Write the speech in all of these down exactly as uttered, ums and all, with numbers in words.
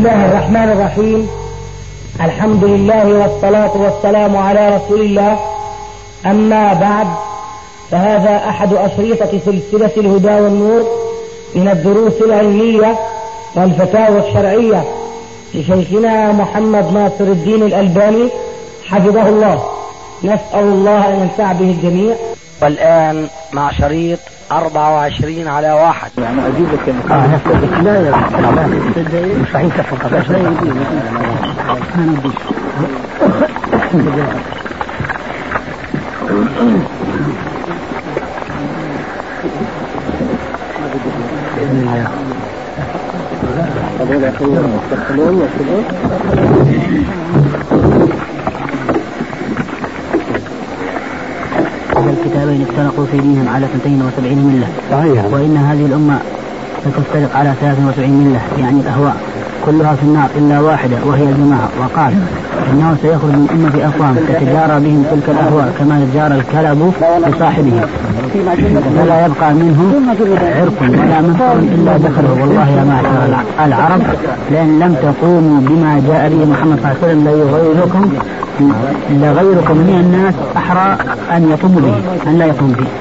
الله الرحمن الرحيم. الحمد لله والصلاة والسلام على رسول الله. أما بعد، فهذا أحد أشرطة سلسلة الهدى والنور من الدروس العلمية والفتاوى الشرعية لشيخنا محمد ناصر الدين الألباني حفظه الله. نسأل الله أن ينفع به الجميع. والآن مع شريط أربعة وعشرين على واحد. أنا أجيب لك آه لا يا مش صحيح تفضل. بإذن الله. هذول أخوهم يستقبلون ويكتبون. الكتابين افترقوا في دينهم على اثنتين وسبعين ملة. صحيح. وإن هذه الأمة ستفترق على ثلاث وسبعين ملة، يعني الأهواء كلها في النار إلا واحدة وهي الجماعة. وقال إنه سيخرج من أمة أقوام تتجارى بهم تلك الأهواء كما يتجارى الكلب بصاحبه، فلا يبقى منهم عرق ولا مفر إلا دخله. والله يا معشر العرب لأن لم تقوموا بما جاء به محمد صلى الله عليه وسلم ليغيركم لغيركم من الناس أحرى أن يقوموا به أن لا يقوم به.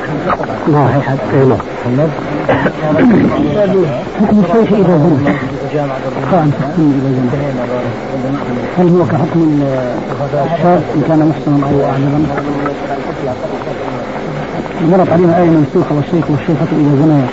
حكم الشيخ إذا زنى قام تحكم إذا زنى، هل هو كحكم الشاب إن كان محسنا أو أعجبا؟ مرت علينا آية منسوخة والشيخ والشيخة إذا زنى.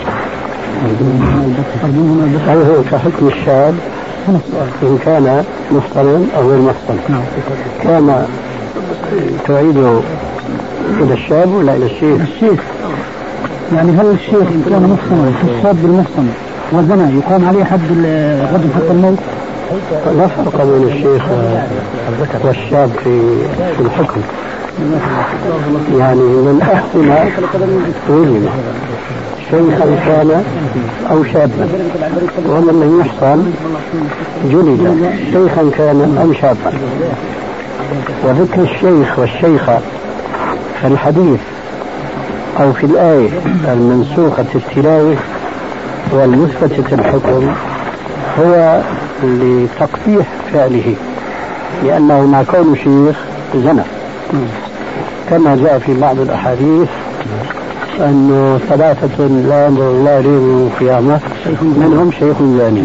هل هو كحكم الشاب إن كان محسنا أو غير محسن؟ كما تعيده إلى الشاب ولا إلى الشيخ؟ الشيخ يعني هل الشيخ إن كان محسنا الشاب المحسن وزنا يقام عليه حد الرجم حتى الموت؟ لا فرق بين الشيخ والشاب في الحكم، يعني من أحسن ولما شيخا كان أو شابا، ومن لم يحصل جلد شيخا كان أو شابا. وذكر الشيخ والشيخة في الحديث أو في الآية المنسوخة التلاوة والمثبتة الحكم هو لتقبيح فعله، لأنه مع كونه شيخ زنا، كما جاء في بعض الأحاديث أنه ثلاثة لا ينظر الله إليهم يوم القيامة منهم شيخ زاني.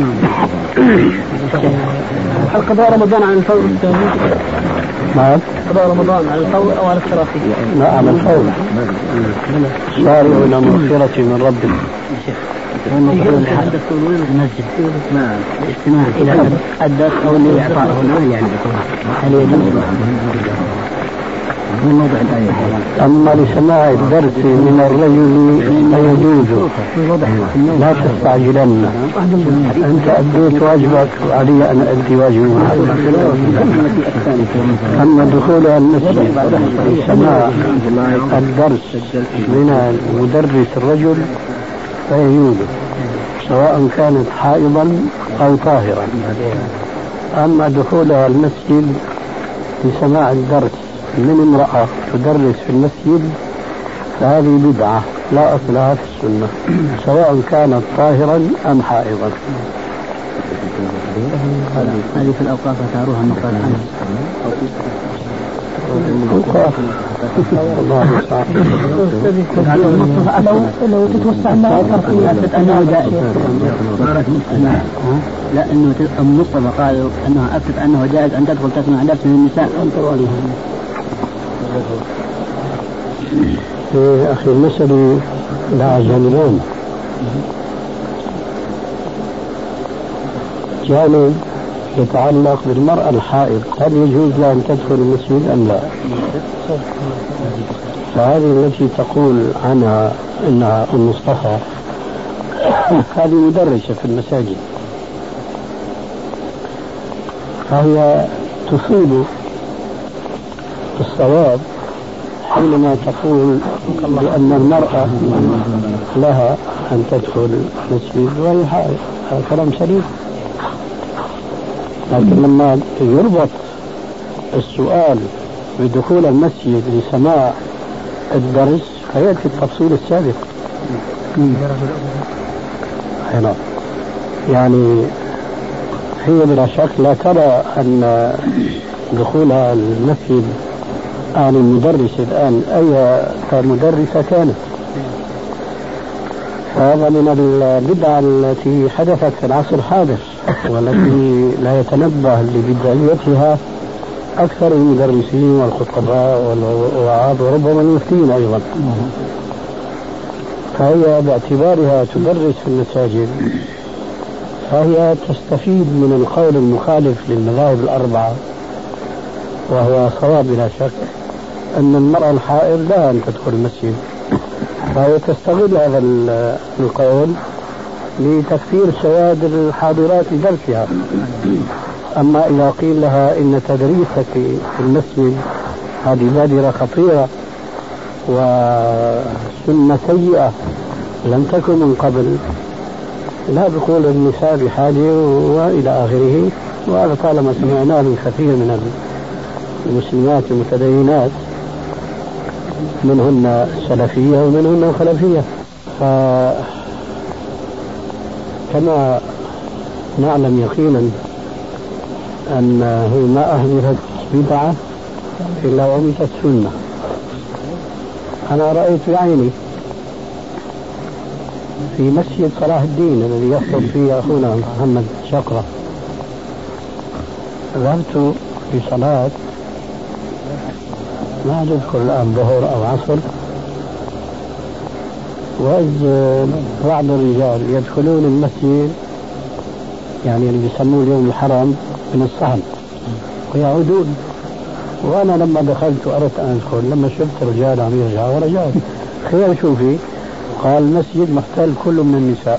هل قضاء رمضان عن الفور الثاني؟ نعم. قضاء رمضان على الفور أو على التراخي؟ لا، على الفور. سارعوا إلى مغفرة من ربكم. المسجد الاستماع إلى الدرس أو الإعطاء يعني هل يجوز؟ من موضوع الآية. أما لسماع الدرس من الرجل فيجوز، لا تستعجلن، أنت أديت واجبك وعلي أن أدي واجبي. أما دخول المسجد لسماع الدرس من المدرس الرجل فيجوز، سواء كانت حائضا أو طاهرا. أما دخولها المسجد لسماع الدرس من امرأة تدرس في المسجد فهذه بدعة لا أصلها في السنة، سواء كانت طاهرا أم حائضا. هذه في الأوقاف تاروها المقال عنها لو تتوسع ما أكثر فيها أنه جائز. لا، أنه المصطفى قال أنه أكد أنه جائز أن تدخل تسمع درس من النساء. يا أخي المسألة لها جانبين. جانب يتعلق بالمرأة الحائض، هل يجوز لها أن تدخل المسجد أم لا؟ فهذه التي تقول عنها أنها المصطفى هذه مدرسة في المساجد، فهي تصيب الصواب حينما تقول بأن المرأة لها أن تدخل المسجد وهي حائض. هذا كلام سليم، لكن لما يربط السؤال بدخول المسجد لسماع الدرس فيأتي التفصيل السابق. هنا يعني هي بلا شك لا ترى أن دخولها المسجد عن المدرس الآن أي مدرسة كانت. هذا من البدع التي حدثت في العصر الحاضر والتي لا يتنبه لبدعيتها أكثر المدرسين والخطباء والوعاظ وربما المفتين أيضا. فهي باعتبارها تدرس في المساجد فهي تستفيد من القول المخالف للمذاهب الأربعة، وهو صواب بلا شك أن المرأة الحائض لا أن تدخل المسجد، فهي تستغل هذا القول لتكثير سواد الحاضرات لدرسها. أما إذا قيل لها إن تدريسك في المسجد هذه بادرة خطيرة وسنة سيئة لم تكن من قبل، لا بقول النساء بحاجة وإلى آخره. وهذا طالما سمعناه من كثير من المسلمات المتدينات منهن سلفية ومنهن خلفية. فكما نعلم يقينا أنه ما أهدفت بدعة إلا ومتت سنة. أنا رأيت بعيني في مسجد صلاح الدين الذي يخطب فيه أخونا محمد شقرة، ذهبت في صلاة ما أذكر الآن ظهر أو عصر، وإذ بعض الرجال يدخلون المسجد يعني اللي بيسموه اليوم الحرم من الصحن ويعودون. وأنا لما دخلت وأردت أن أدخل لما شفت رجال عم يرجعوا ورجعوا خير شوفي قال المسجد محتل كل من النساء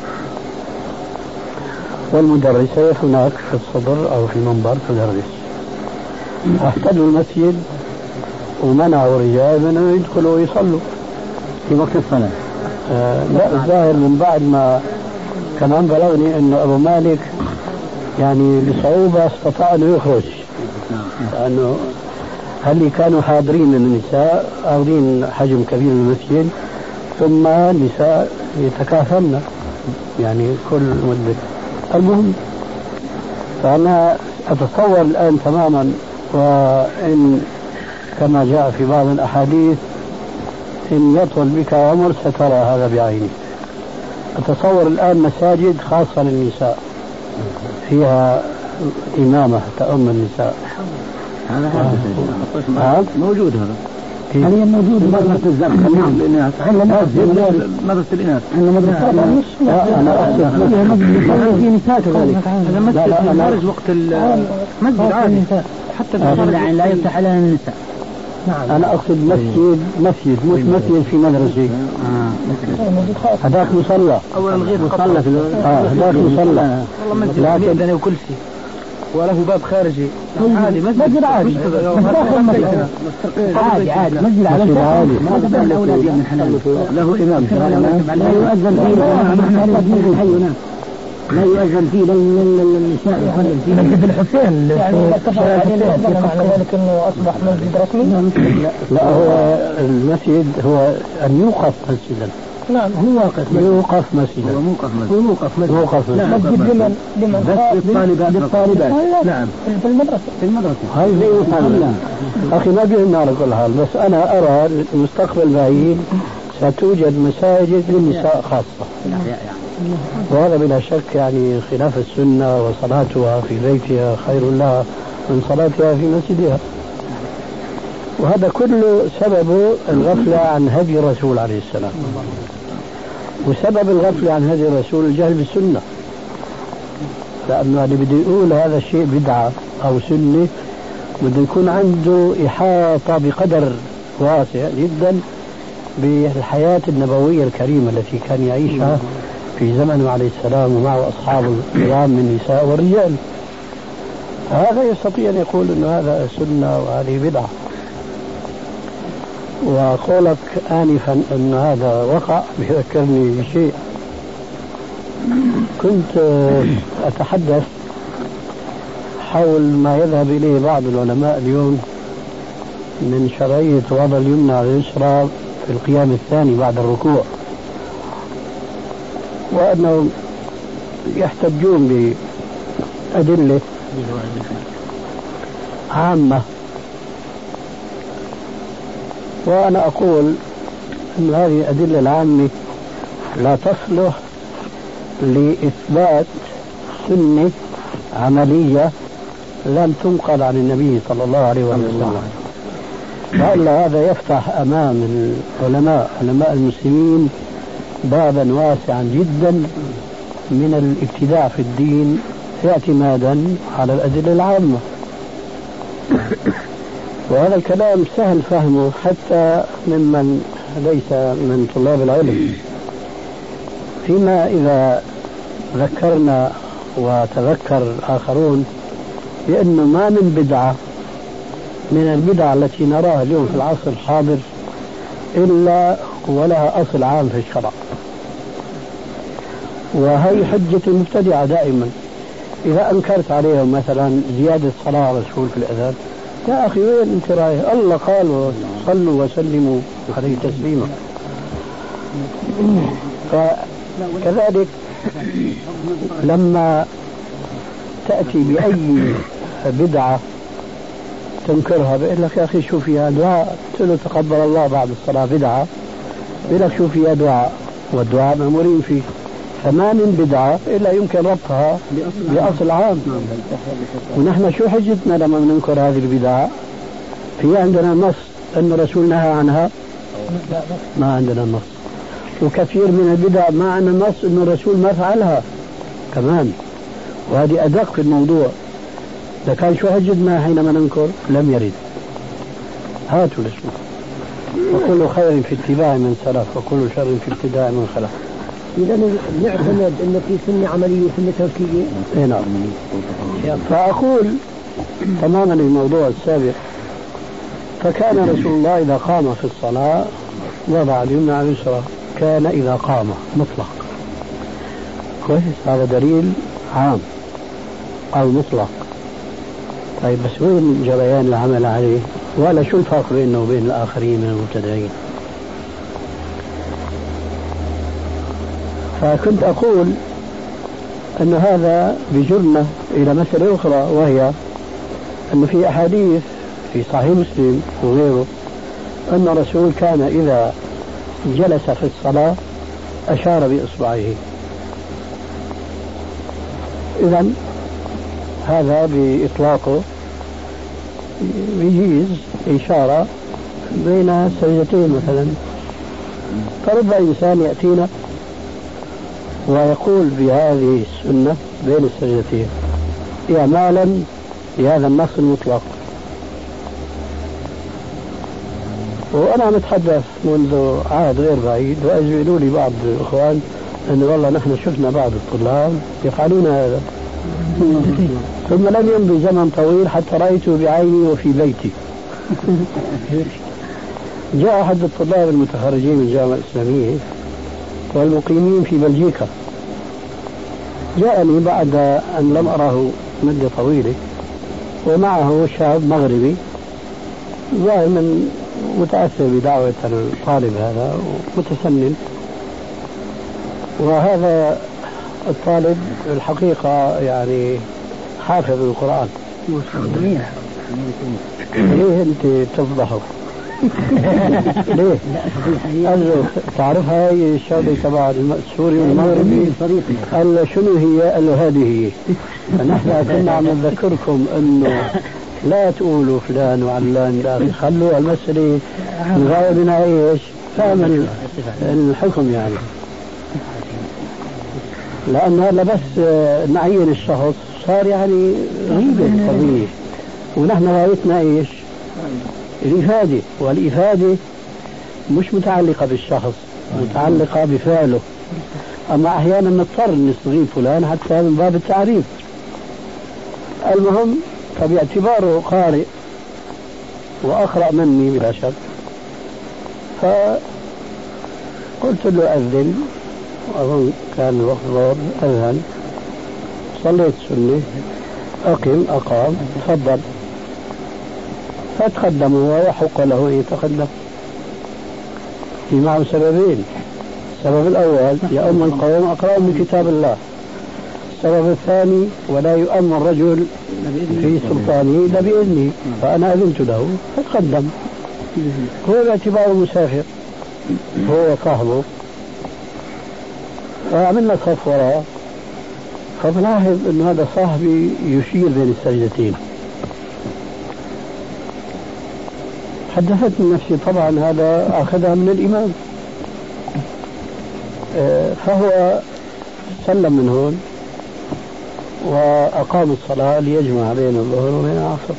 والمدرسة هناك في الصدر أو في المنبر تدرس. احتلوا المسجد ومنعوا الرجال من أن يدخلوا ويصلوا في وقت الصلاة. آه لا الظاهر من بعد ما كمان بلغني أنه أبو مالك يعني بصعوبة استطاع أن يخرج، لأنه هل كانوا حاضرين من النساء أخذين حجم كبير من المسجد ثم النساء يتكاثرن يعني كل مدة. المهم فأنا أتصور الآن تماما، وإن كما جاء في بعض الأحاديث إن يطول بك عمر سترى هذا بعيني. أتصور الآن مساجد خاصة للنساء فيها إمامة تأم النساء. هذا هذا موجود هذا حاليا موجود مدرسة الزرق. نعم الإناث مدرسة الإناث أنا مدرسة أنا أقصد في نساء كذلك. هذا مسجد خارج وقت المسجد عادي حتى لا يفتح على النساء. نعم. أنا أقصد مسجد مسجد مش مسجد في مدرسة. هذاك مصلى أولا غير مصلى في هذاك مصلى والله مسجد لكن وكل شيء وله باب خارجي عادي مسجد عادي عادي عادي مسجد عادي ما تبع الأولاد من حلال له إمام لا يؤذن فيه لا يؤذن فيه للنساء يحلل فيه. مسجد الحسين يعني اتفق على ذلك انه اصبح مسجد رسمي. لا هو المسجد هو ان يوقف مسجدا. نعم هو واقف يوقف مسجدا. هو موقف مسجد. هو موقف مسجد. موقف مسجد لمن لمن بس للطالبات للطالبات. نعم في المدرسة في المدرسة. هاي زي مصلى. أخي ما بيهمنا على كل حال، بس أنا أرى المستقبل بعيد ستوجد مساجد للنساء خاصة. وهذا بلا شك يعني خلاف السنة، وصلاتها في بيتها خير لها من صلاتها في مسجدها. وهذا كله سبب الغفلة عن هدي الرسول عليه السلام، وسبب الغفلة عن هدي الرسول الجهل بالسنة، لأنه اللي بده يقول هذا الشيء بدعة أو سنة بده يكون عنده إحاطة بقدر واسع جدا بالحياة النبوية الكريمة التي كان يعيشها في زمنه عليه السلام ومعه أصحابه الكرام من النساء والرجال. هذا يستطيع أن يقول أن هذا سنة وهذه بدعة. وقولك آنفا أن هذا وقع بيذكرني بشيء. كنت أتحدث حول ما يذهب إليه بعض العلماء اليوم من شرعية وضع اليمنى على اليسرى في القيام الثاني بعد الركوع، وأنهم يحتجون أدلة عامة، وأنا أقول أن هذه الأدلة العامة لا تصلح لإثبات سنة عملية لم تنقل عن النبي صلى الله عليه وسلم، وإلا هذا يفتح أمام العلماء علماء المسلمين بابا واسعا جدا من الابتداع في الدين اعتمادا على الأدلة العامة. وهذا الكلام سهل فهمه حتى ممن ليس من طلاب العلم، فيما إذا ذكرنا وتذكر الآخرون بأنه ما من بدعة من البدع التي نراها اليوم في العصر الحاضر إلا ولها أصل عام في الشرع، وهي حجة المبتدعة دائما. إذا أنكرت عليهم مثلا زيادة صلاة الرسول في الأذان، يا أخي وين أنت رايح؟ الله قال صلوا وسلموا عليه تسليما. فكذلك لما تأتي بأي بدعة تنكرها بيقول لك يا أخي شو فيها دعاء، تقول له تقبل الله بعد الصلاة بدعة، بيقول لك شو فيها دعاء، والدعاء مأمورين فيه. فما من بدعة إلا يمكن ربطها بأصل عام. ونحن شو حجتنا لما ننكر هذه البدعة؟ في عندنا نص أن الرسول نهى عنها؟ ما عندنا نص. وكثير من البدع ما عندنا نص أن الرسول ما فعلها كمان، وهذه أدق في الموضوع. لكن شو حجتنا حينما ننكر؟ لم يرد. هاتوا لشوف. وكل خير في اتباع من سلف وكل شر في ابتداع من خلف. إذا نعتمد أن في سنة عملية وسنة تركية. إيه نعم. فأقول تماما الموضوع السابق، فكان رسول الله إذا قام في الصلاة وضع اليمنى على اليسرى، كان إذا قام مطلق. كويس، هذا دليل عام أو مطلق. طيب بس وين جريان العمل عليه؟ ولا شو الفرق بينه وبين الآخرين من المبتدعين؟ فكنت أقول أن هذا بجرنا إلى مسألة أخرى، وهي أن في أحاديث في صحيح مسلم وغيره أن الرسول كان إذا جلس في الصلاة أشار بإصبعه. إذن هذا بإطلاقه يجيز إشارة بين السجدتين مثلا. فرب إنسان يأتينا ويقول بهذه السنة بين السجدتين إعمالا بهذا النص المطلق. وأنا متحدث منذ عهد غير بعيد، وأجلوا لي بعض الإخوان أن والله نحن شفنا بعض الطلاب يفعلون هذا، ثم لم يمضي زمن طويل حتى رأيته بعيني وفي بيتي. جاء أحد الطلاب المتخرجين من الجامعة الإسلامية والمقيمين في بلجيكا، جاءني بعد أن لم أراه مدة طويلة، ومعه شاب مغربي دائما متأثر بدعوة الطالب هذا ومتسنن. وهذا الطالب الحقيقة يعني حافظ القرآن. ليه أنت تفضحه؟ ليه؟ قال له تعرف هاي الشغلة تبع السوري والمغربي؟ قال له شنو هي؟ قال له هذه هي. فنحن كنا عم نذكركم أنه لا تقولوا فلان وعلان، لا خلوا المسألة الغاية بنا ايش؟ فهم الحكم يعني. لأن هذا بس نعين الشخص صار يعني غيبة القضية، ونحن غايتنا ايش؟ الإفادة، والإفادة مش متعلقة بالشخص، متعلقة بفعله. أما أحيانا نضطر نستضيف فلان حتى من باب التعريف. المهم فباعتباره قارئ وأقرأ مني بلا شك، فقلت له أذن، أظن كان الوقت ظهر، أذن، صليت سنة، أقم، أقام، تفضل. فتقدم هو ويحق له أن يتقدم. في معه سببين: السبب الأول يؤم القوم أقرأ من كتاب الله، السبب الثاني ولا يؤمن الرجل في سلطانه إلا بإذني، فأنا أذنت له فتقدم. هو باعتباره مسافر هو وصاحبه، فعملنا صف وراء، فبلاحظ أن هذا صاحبي يشير بين السجدتين. حدثتني نفسي طبعا هذا أخذها من الإمام، فهو سلم من هون وأقام الصلاة ليجمع بين الظهر وبين العصر.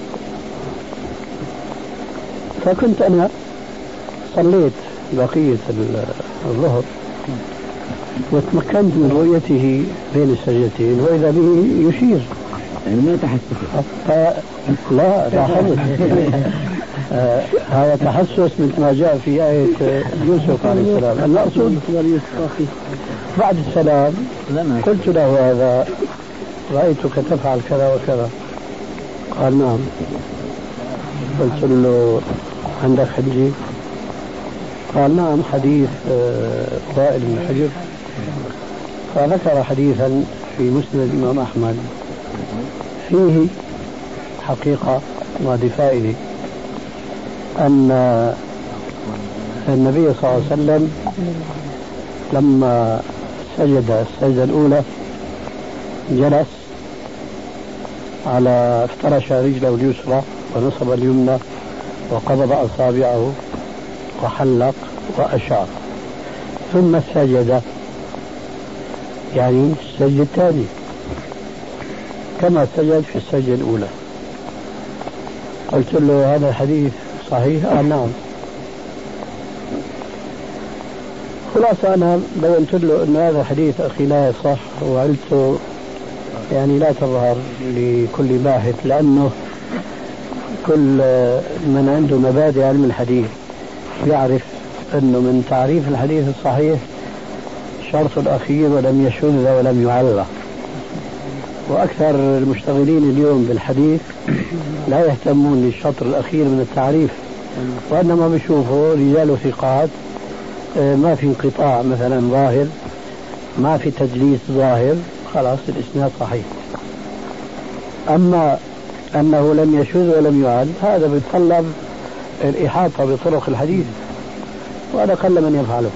فكنت أنا صليت بقية الظهر وتمكنت من رؤيته بين السجدتين وإذا به يشير، يعني ما تحسس. لا لاحظت آه هذا تحسس مثل ما جاء في آية يوسف عليه السلام. المقصود بعد السلام قلت له هذا رأيتك تفعل كذا وكذا، قال نعم. قلت له عندك حديث؟ قال نعم حديث وائل بن حجر. فذكر حديثا في مسند الإمام أحمد فيه حقيقة وهذه فائدة، أن النبي صلى الله عليه وسلم لما سجد السجدة الأولى جلس على افترش رجله اليسرى ونصب اليمنى وقبض أصابعه وحلق وأشار، ثم سجد يعني السجد الثاني كما سجد في السجدة الأولى. قلت له هذا الحديث صحيح؟ آه نعم. خلاصة أنا بينت له أن هذا الحديث أخي لا يصح، وقلت يعني لا تظهر لكل باحث، لأنه كل من عنده مبادئ علم الحديث يعرف أنه من تعريف الحديث الصحيح شرط الأخير ولم يشذ ولم يعلى. وأكثر المشتغلين اليوم بالحديث لا يهتمون للشطر الأخير من التعريف، وإنما بيشوفوا رجال ثقات، ما في انقطاع مثلا ظاهر، ما في تدليس ظاهر، خلاص الإسناد صحيح. أما أنه لم يشذ ولم يعل هذا بيتطلب الإحاطة بطرق الحديث، وهذا قل من يفعله.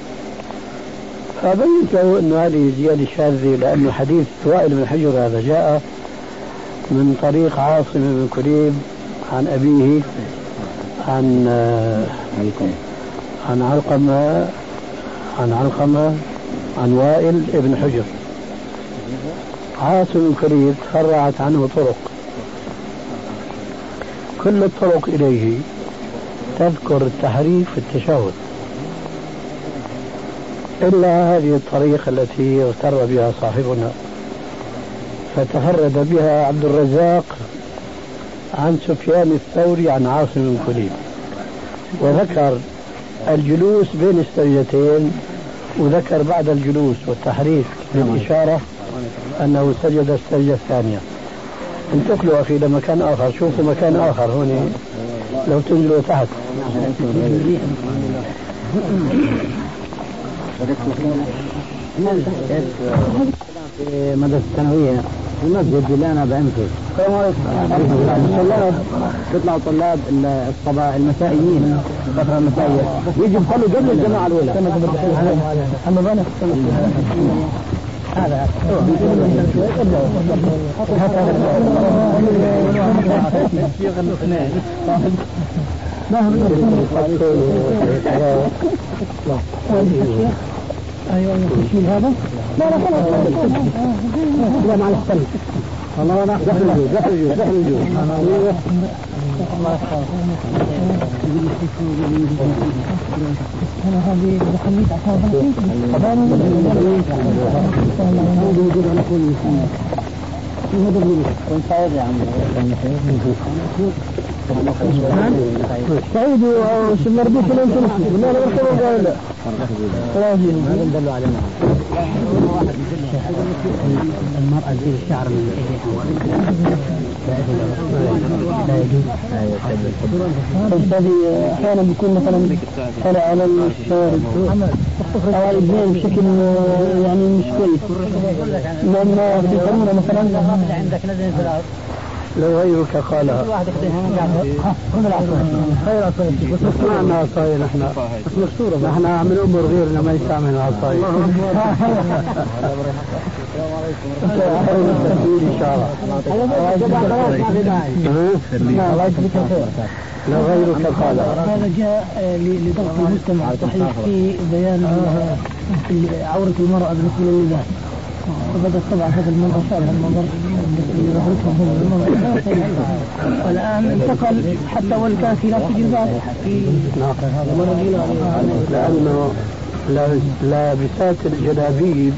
فبينت له أن هذه زيادة شاذة، لأن حديث وائل بن حجر هذا جاء من طريق عاصم بن كليب عن أبيه عن عن علقمة عن علقمة عن وائل بن حجر. عاصم بن كليب فرعت عنه طرق، كل الطرق إليه تذكر التحريف في التشهد، إلا هذه الطريقة التي اغتر بها صاحبنا فتفرد بها عبد الرزاق عن سفيان الثوري عن عاصم بن كليب، وذكر الجلوس بين السجدتين، وذكر بعد الجلوس والتحريك بالإشارة أنه سجد السجدة الثانية. انتقلوا أخي لمكان آخر، شوفوا مكان آخر هنا لو تنزلوا تحت. في مدرسة الثانوية في المسجد اللي أنا بأنفذ تطلعوا طلاب الصباح المسائيين فترة المسائية يجي يصلوا قبل الجماعة الأولى. هذا ايوه التشكيل هذا لا لا خلاص لا مع السلم والله انا دخلوا دخلوا دخلوا انا هذه بخليك عشان سعيد وش المربوط اللي انت نسيت لا لا لا لا خلاص ندلوا على المرأة تزيل الشعر من لا يجوز. هذه احيانا بيكون مثلا طلع على الشارع الاثنين بشكل يعني مش كويس. لما في قانون مثلا عندك نزل في الارض لو غيرك قالها معنى عصاية. نحن نحن نعمل أمور غيرنا ما يستعمل العصاية. إن شاء الله. لو غيرك قالها. هذا جاء لضغط المجتمع صحيح في بيان عورة المرأة بالنسبة للنساء. وبدأ طبعا هذا المنظر شابه المنظر والآن انتقل حتى والكان في نفس الجلبات لأنه لابسات الجلابيب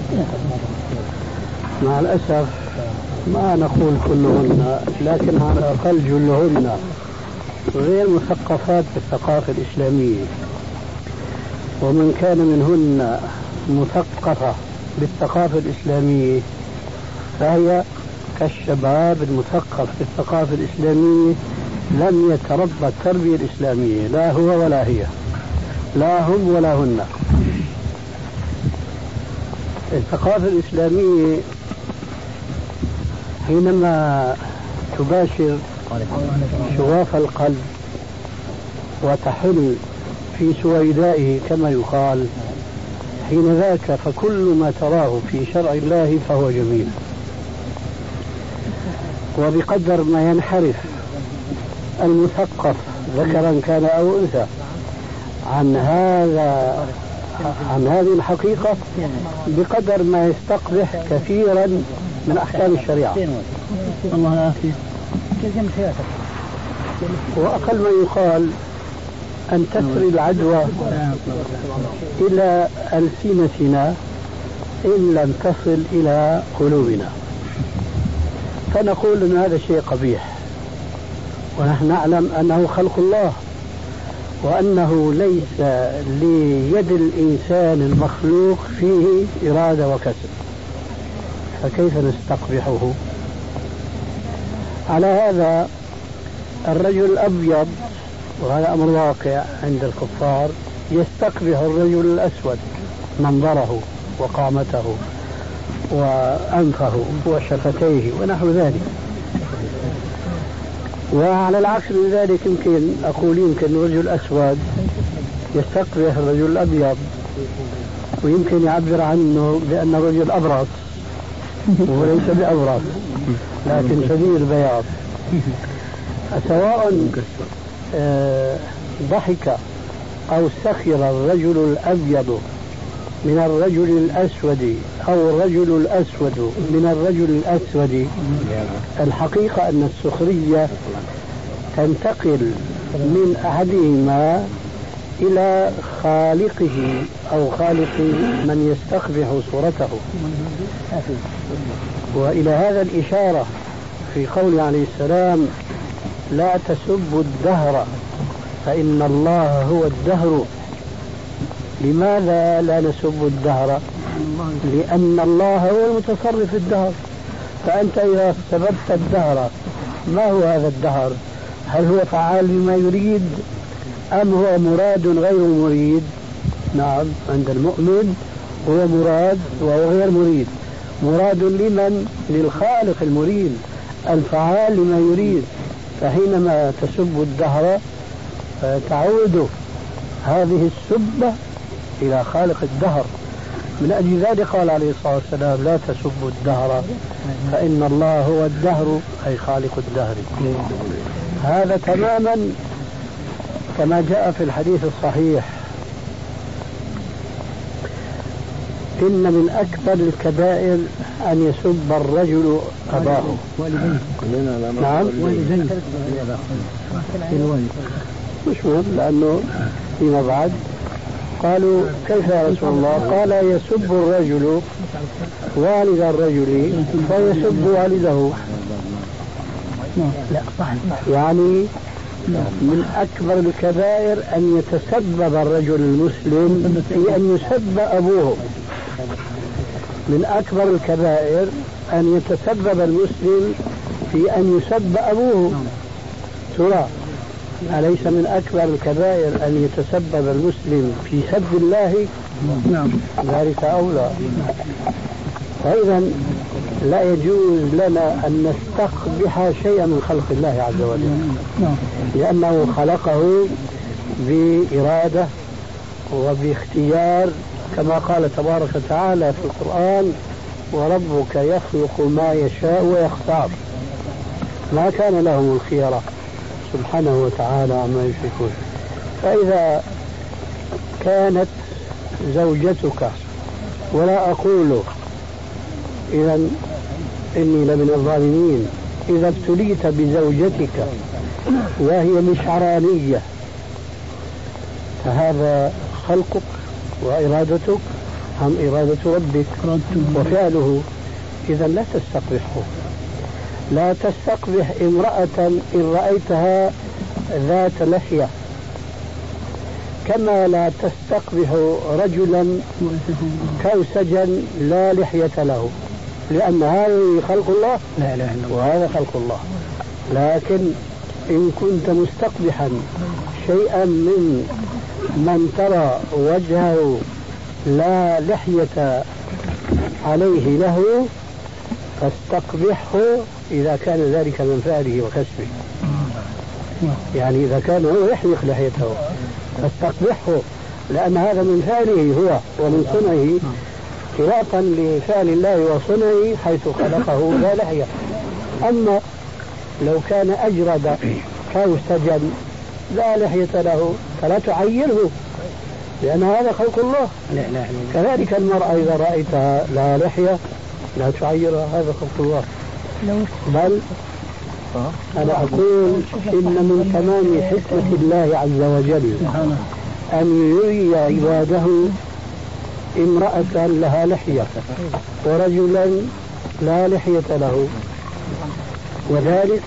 مع الأسف ما نقول كلهن لكن على الأقل جلهن غير مثقفات بالثقافة الإسلامية، ومن كان منهن مثقفة بالثقافة الإسلامية فهي كالشباب المثقف بالثقافة الإسلامية لم يتربى التربية الإسلامية، لا هو ولا هي، لا هم ولا هن. الثقافة الإسلامية حينما تباشر شواف القلب وتحل في سويدائه كما يقال، حين ذاك فكل ما تراه في شرع الله فهو جميل. وبقدر ما ينحرف المثقف ذكرا كان أو أنثى عن هذا عن هذه الحقيقة بقدر ما يستقبح كثيرا من أحكام الشريعة. الله يعافيك. وأقل ما يقال أن تسري العدوى إلى ألسنتنا إن لم تصل إلى قلوبنا، فنقول أن هذا شيء قبيح، ونحن نعلم أنه خلق الله وأنه ليس ليد الإنسان المخلوق فيه إرادة وكسب، فكيف نستقبحه؟ على هذا الرجل الأبيض، وهذا أمر واقع عند الكفار، يستقبح الرجل الأسود منظره وقامته وأنفه وشفتيه ونحو ذلك. وعلى العكس من ذلك يمكن أقول يمكن الرجل الأسود يستقبح الرجل الأبيض، ويمكن يعبر عنه بأن الرجل أبرص وليس بأبرص لكن شديد البياض. سواء آه ضحك أو سخر الرجل الأبيض من الرجل الأسود أو الرجل الأسود من الرجل الأسود، الحقيقة أن السخرية تنتقل من أحدهما إلى خالقه أو خالق من يستقبح صورته. وإلى هذا الإشارة في قوله عليه السلام: لا تسبوا الدهر فإن الله هو الدهر. لماذا لا نسب الدهر؟ لأن الله هو المتصرف في الدهر، فأنت إذا سببت الدهر ما هو هذا الدهر؟ هل هو فعال بما يريد أم هو مراد غير مريد؟ نعم، عند المؤمن هو مراد وهو غير مريد. مراد لمن؟ للخالق المريد الفعال لما يريد. فحينما تسب الدهر تعود هذه السبة إلى خالق الدهر. من أجل ذلك قال عليه الصلاة والسلام: لا تسبوا الدهر فإن الله هو الدهر، أي خالق الدهر. هذا تماما كما جاء في الحديث الصحيح: إن من أكبر الكبائر أن يسب الرجل أباه. نعم، مش مهم، لأنه فيما بعد قالوا: كيف يا رسول الله؟ قال: يسب الرجل والد الرجل فيسب والده. يعني من أكبر الكبائر أن يتسبب الرجل المسلم في أن يسب أبوه. من أكبر الكبائر أن يتسبب المسلم في أن يسب أبوه. ترى أليس من أكبر الكبائر أن يتسبب المسلم في سب الله نعم ذلك أولى. فإذا لا يجوز لنا أن نستقبح شيئا من خلق الله عز وجل، لأنه خلقه بإرادة وباختيار، كما قال تبارك وتعالى في القرآن: وربك يخلق ما يشاء ويختار. ما كان لهم الخيرة سبحانه وتعالى عما يشركون. فإذا كانت زوجتك، ولا أقول إذا إني لمن الظالمين، إذا ابتليت بزوجتك وهي مشعرانية فهذا خلقك وإرادتك أم إرادة ربك وفعله؟ إذا لا تستقبحه. لا تستقبح امرأة إن رأيتها ذات لحية، كما لا تستقبح رجلا كوسجا لا لحية له، لأن هذا خلق الله لا إله إلا الله وهذا خلق الله. لكن إن كنت مستقبحا شيئا من من ترى وجهه لا لحية عليه له فاستقبحه إذا كان ذلك من فعله وكسبه. يعني إذا كان هو يحلق لحيته فاستقبحه، لأن هذا من فعله هو ومن صنعه، خلافا لفعل الله وصنعه حيث خلقه لا لحية. أما لو كان أجرد كوسجا لا لحية له فلا تعيره، لأن هذا خلق الله. لا لا كذلك المرأة إذا رأيتها لا لحية لا تعيرها، هذا خلق الله. بل أنا أقول إن من تمام حكمة الله عز وجل أن يري عباده امرأة لها لحية ورجلا لا لحية له، وذلك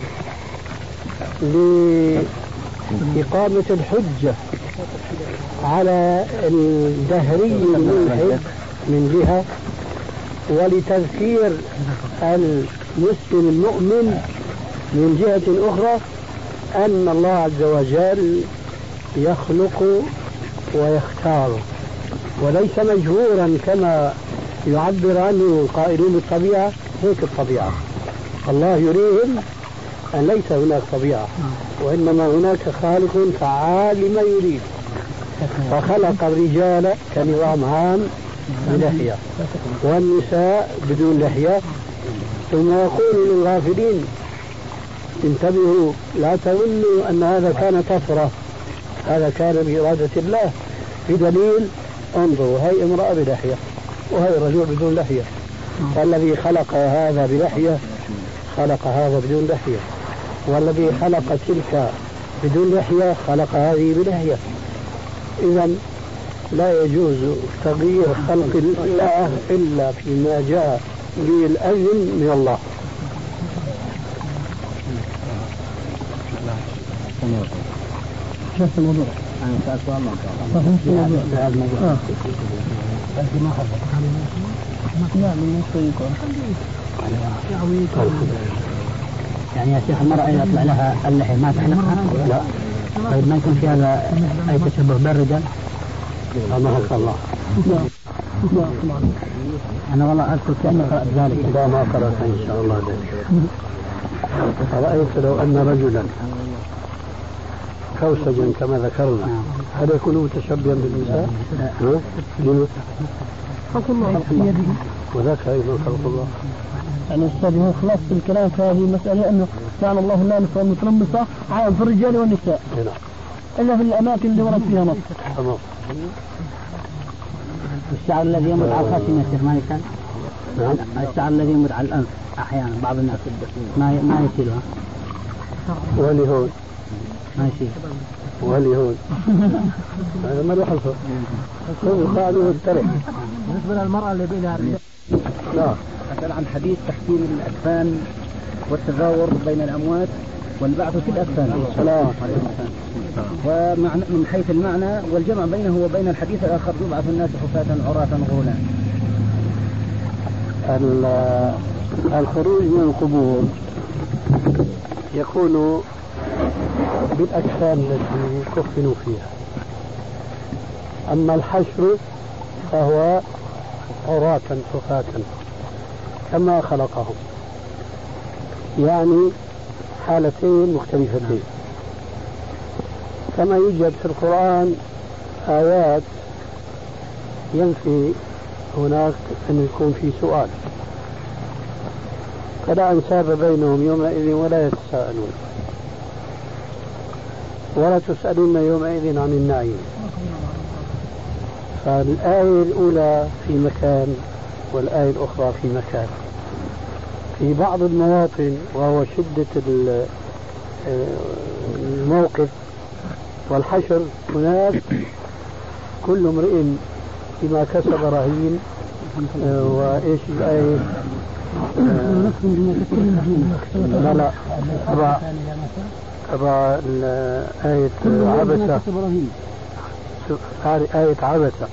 لإقامة الحجة على الدهري الملحد من جهة، ولتذكير المسلم المؤمن من جهة أخرى أن الله عز وجل يخلق ويختار وليس مجبورا كما يعبر عنه قائلون الطبيعة. هيك الطبيعة الله يريهم أن ليس هناك طبيعة، وإنما هناك خالق فعال لما يريد، فخلق الرجال كنظام عام بلحية والنساء بدون لحية. ثم يقول للغافلين: انتبهوا، لا تظنوا أن هذا كان طفرة، هذا كان بإرادة الله. بدليل: انظروا، هاي امرأة بلحية وهي رجل بدون لحية، فالذي خلق هذا بلحية خلق هذا بدون لحية، والذي خلق تلك بدون لحية خلق هذه بلحية. إذا لا يجوز تغيير خلق الله إلا فيما جاء به الأذن من الله. شوف الموضوع أنا سألت سؤال ما الموضوع بس ما خلص لا من يعني يا شيخ المرأة إذا طلع لها اللحية ما تحلقها؟ لا. طيب ما يكون في هذا أي تشبه بالرجال؟ ما شاء الله. أنا والله أذكر كأني قرأت ذلك. لا ما قرأت إن شاء الله ذلك. رأيت لو أن رجلا كوسجا كما ذكرنا هل يكون متشبها بالنساء؟ خلق الله وذاك أيضا خلق الله. يعني أستاذ هو خلاص الكلام في هذه المسألة أنه كان الله اللامس والمتلمسة عام في الرجال والنساء إلا في الأماكن اللي ورد فيها نص. تمام. الشعر الذي يمد على الخاتم يا شيخ ما يكن؟ نعم. الشعر الذي يمد على الأنف أحيانا بعض الناس ما ما يشيلها. ولي هون. ما يشيل. ولي هون. هذا ما له حلفه. هو قاعد يترك. بالنسبة للمرأة اللي بينها الرجال. لا. أسأل عن حديث تحسين الأكفان والتزاور بين الأموات والبعث في الأكفان. سلام. ومعنى من حيث المعنى والجمع بينه وبين الحديث الآخر يبعث الناس حفاة عراة غرلا. الخروج من القبور يكون بالأجسام التي كفنوا فيها، أما الحشر فهو عراة حفاة كما خلقهم، يعني حالتين مختلفتين. كما يوجد في القرآن آيات ينفي هناك أن يكون في سؤال، فلا أنساب بينهم يومئذ ولا يتساءلون ولا تسألون يومئذ عن النعيم. فالآية الأولى في مكان والآية الأخرى في مكان. في بعض المواطن وهو شدة الموقف والحشر هناك كل امرئ بما كسب رهين. وإيش الآية؟ لا لا أبا أبا آية عبسة، آية عبسة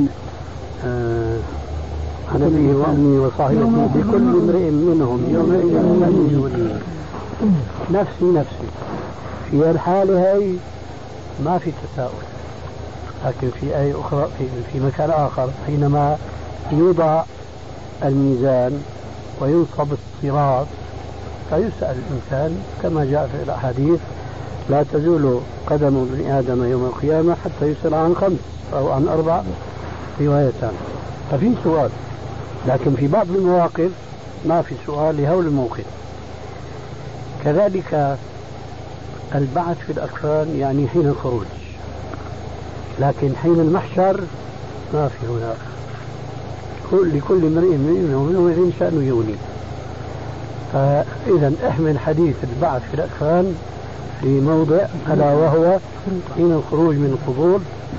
أنا به وأمي وصاحبتي بكل امرئ منهم يومئذ يولي نفسي نفسي. في الحالة هاي ما في تساؤل، لكن في آية أخرى في, في مكان آخر حينما يوضع الميزان وينصب الصراط فيسأل الإنسان كما جاء في الأحاديث: لا تزول قدم ابن آدم يوم القيامة حتى يسأل عن خمس أو عن أربع روايتان. ففي سؤال، لكن في بعض المواقف ما في سؤال لهول الموقف. كذلك البعث في الأكفان يعني حين الخروج، لكن حين المحشر ما في هناك. لكل امرئ منهم يومئذ شأن يغنيه. فإذا احمل حديث البعث في الأكفان في موضع ألا وهو حين الخروج من القبور،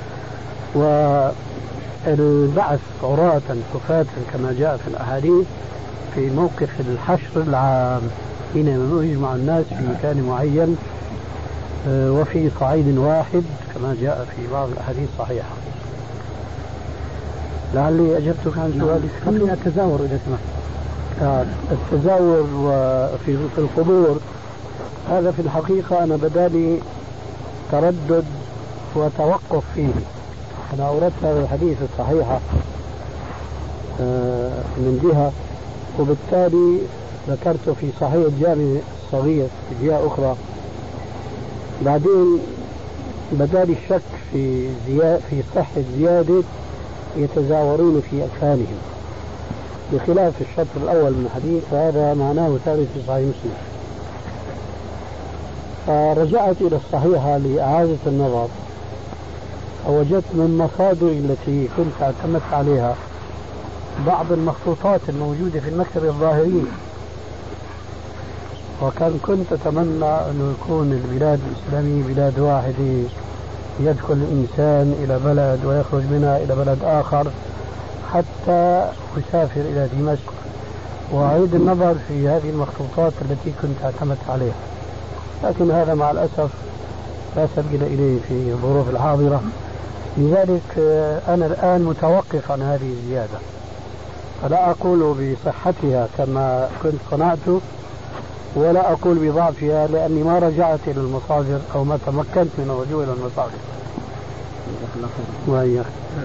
والبعث عراة حفاة كما جاء في الأحاديث في موقف الحشر العام حينما يجمع الناس في مكان معين وفي صعيد واحد كما جاء في بعض الأحاديث الصحيحة. لعلي أجبتك عن سؤالك. خلينا التزاور إذا سمحت. آه التزاور في في القبور هذا في الحقيقة أنا بدالي تردد وتوقف فيه. أنا أوردت هذا الحديث الصحيحة آه من جهة، وبالتالي ذكرته في صحيح الجامع الصغير في جهة أخرى. بعدين بدالي الشك في زيادة في صحة زيادة يتزاورون في أكفانهم بخلاف الشطر الأول من الحديث، فهذا معناه ثابت في صحيح مسلم. فرجعت إلى الصحيحة لإعادة النظر، فوجدت من مصادر التي كنت اعتمدت عليها بعض المخطوطات الموجودة في المكتبة الظاهرية، وكان كنت أتمنى أن يكون البلاد الإسلامية بلاد واحدة يدخل الإنسان إلى بلد ويخرج منها إلى بلد آخر حتى يسافر إلى دمشق، وأعيد النظر في هذه المخطوطات التي كنت اعتمدت عليها. لكن هذا مع الأسف لا سبيل إليه في الظروف الحاضرة، لذلك أنا الآن متوقف عن هذه الزيادة، فلا أقول بصحتها كما كنت صنعت ولا أقول بضعفها، لأني ما رجعت إلى المصادر أو ما تمكنت من الرجوع إلى المصادر. وهي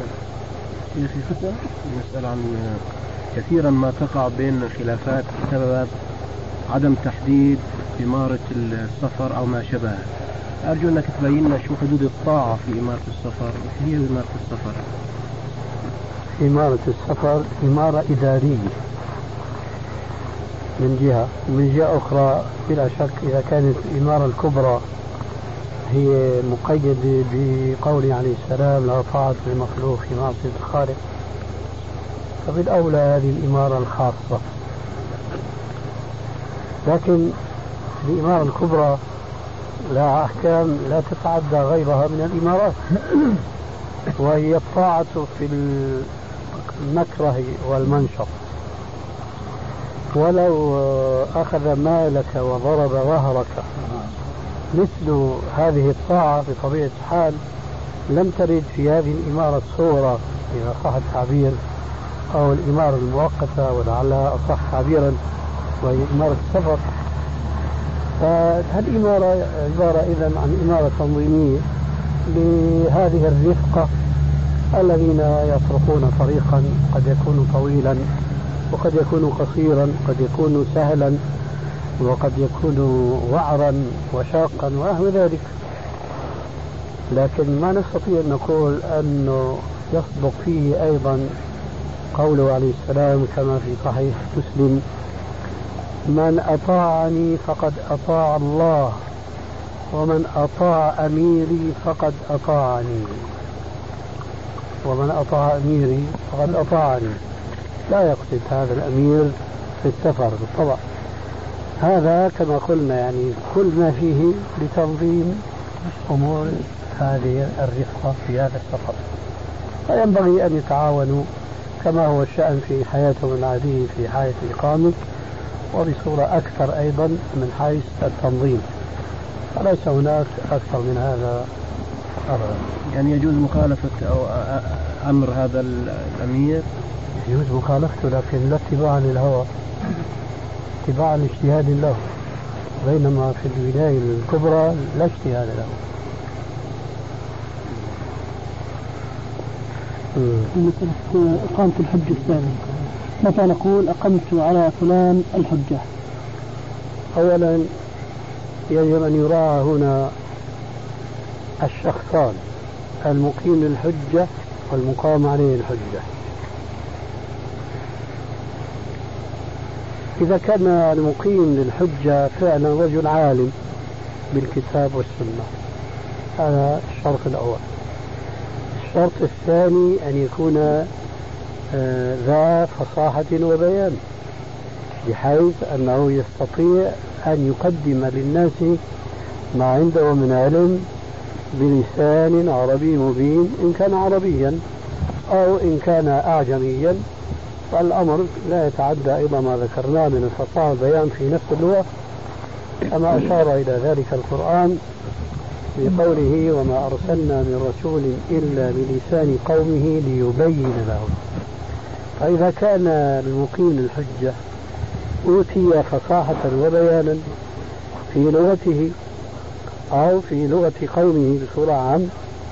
نسأل عن كثيرا ما تقع بين خلافات بسبب عدم تحديد إمارة السفر أو ما شابه. أرجو أنك تبين لنا شو حدود الطاعة في إمارة السفر. هي إمارة السفر إمارة السفر إمارة إدارية من جهة، ومن جهة أخرى بلا شك إذا كانت الإمارة الكبرى هي مقيدة بقول عليه السلام: لا طاعة لمخلوق في معصية الخالق، فبالأولى هذه الإمارة الخاصة. لكن الإمارة الكبرى لها أحكام لا تتعدى غيرها من الإمارات، وهي الطاعة في المكره والمنشط. ولو أخذ مالك وضرب ظهرك مثل هذه الطاعة بطبيعة الحال لم ترد في هذه الإمارة الصورة إذا صح التعبير، أو الإمارة المؤقتة ولعلها أصح تعبيرا وهي إمارة السفر. فالإمارة عبارة إذن عن إمارة تنظيمية لهذه الرفقة الذين يطرقون طريقا قد يكون طويلا وقد يكون قصيرا، قد يكون سهلا وقد يكون وعرا وشاقا ونحو ذلك، لكن ما نستطيع أن نقول أنه يصدق فيه أيضا قوله عليه السلام كما في صحيح مسلم: من أطاعني فقد أطاع الله ومن أطاع أميري فقد أطاعني، ومن أطاع أميري فقد أطاعني. لا يقصد هذا الأمير في السفر بالطبع، هذا كما قلنا يعني كل ما فيه لتنظيم أمور هذه الرفقة في هذا السفر، فينبغي أن يتعاونوا كما هو الشأن في حياتهم العادية في حياة الإقامة، وبصورة أكثر أيضا من حيث التنظيم، فليس هناك أكثر من هذا أبدا. يعني يجوز مخالفة أو أمر هذا الأمير؟ يجوز مخالفته لكن لا اتباعا للهوى، اتباعا لاجتهاد له، بينما في الولاية الكبرى لا اجتهاد له. مثل إقامة الحج الثاني، متى نقول أقمت على فلان الحجة؟ أولا يجب أن يراعى هنا الشخصان، المقيم للحجة والمقام عليه الحجة. إذا كان المقيم للحجة فعلا رجل عالم بالكتاب والسنة، هذا الشرط الأول. الشرط الثاني أن يكون آه ذا فصاحة وبيان، بحيث أنه يستطيع أن يقدم للناس ما عنده من علم بلسان عربي مبين إن كان عربيا، أو إن كان أعجميا فالأمر لا يتعدى أيضا ما ذكرناه من الفصاحة والبيان في نفس اللغة، كما أشار إلى ذلك القرآن بقوله: وما أرسلنا من رسول إلا بلسان قومه ليبين لهم. فإذا كان المقيم الحجة أوتي فصاحة وبيانا في لغته أو في لغة قومه بصورة عام،